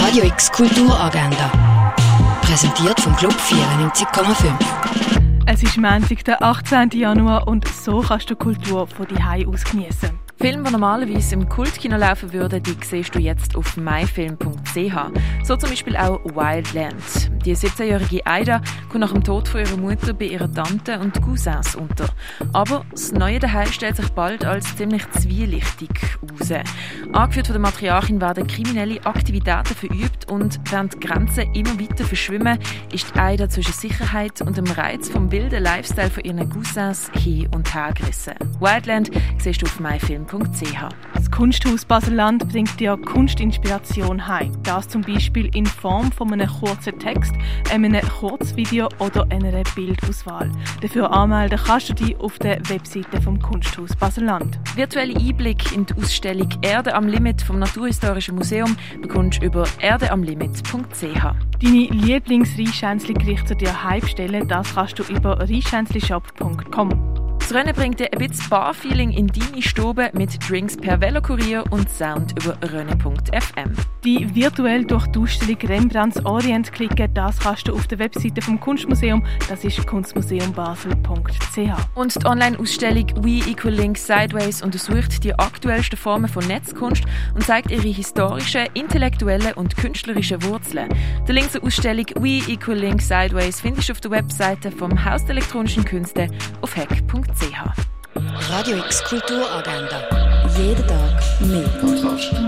Radio X Kulturagenda. Präsentiert vom Club 94,5. Es ist Montag, der 18. Januar und so kannst du Kultur von daheim aus geniessen. Filme, die normalerweise im Kultkino laufen würden, die siehst du jetzt auf myfilm.ch. So zum Beispiel auch Wildland. Die 17-jährige Aida kommt nach dem Tod von ihrer Mutter bei ihrer Tante und Cousins unter. Aber das neue Daheim stellt sich bald als ziemlich zwielichtig heraus. Angeführt von der Matriarchin werden kriminelle Aktivitäten verübt und während die Grenzen immer weiter verschwimmen, ist Aida zwischen Sicherheit und dem Reiz vom wilden Lifestyle von ihren Cousins hin und her gerissen. Wildland siehst du auf myfilm.ch. Das Kunsthaus Basel-Land bringt dir Kunstinspiration heim. Das zum Beispiel in Form von einem kurzen Text, einem Kurzvideo oder einer Bildauswahl. Dafür anmelden kannst du dich auf der Webseite vom Kunsthaus Basel-Land. Virtuelle Einblick in die Ausstellung «Erde am Limit» vom Naturhistorischen Museum bekommst du über erdeamlimit.ch. Deine Lieblings-Rheinschänzli-Gerichte zu dir heimstellen, das kannst du über rheinschänzlishop.com. Das Rennen bringt dir ein bisschen Bar-Feeling in deine Stube mit Drinks per Velokurier und Sound über renne.fm. Die virtuell durch die Ausstellung Rembrandts Orient klicken, das kannst du auf der Webseite vom Kunstmuseum, das ist kunstmuseumbasel.ch. Und die Online-Ausstellung «We Equal Link Sideways» untersucht die aktuellsten Formen von Netzkunst und zeigt ihre historischen, intellektuellen und künstlerischen Wurzeln. Den Link zur Ausstellung «We Equal Link Sideways» findest du auf der Webseite vom Haus der elektronischen Künste auf hack.ch. Radio X Kulturagenda. Jeden Tag mehr.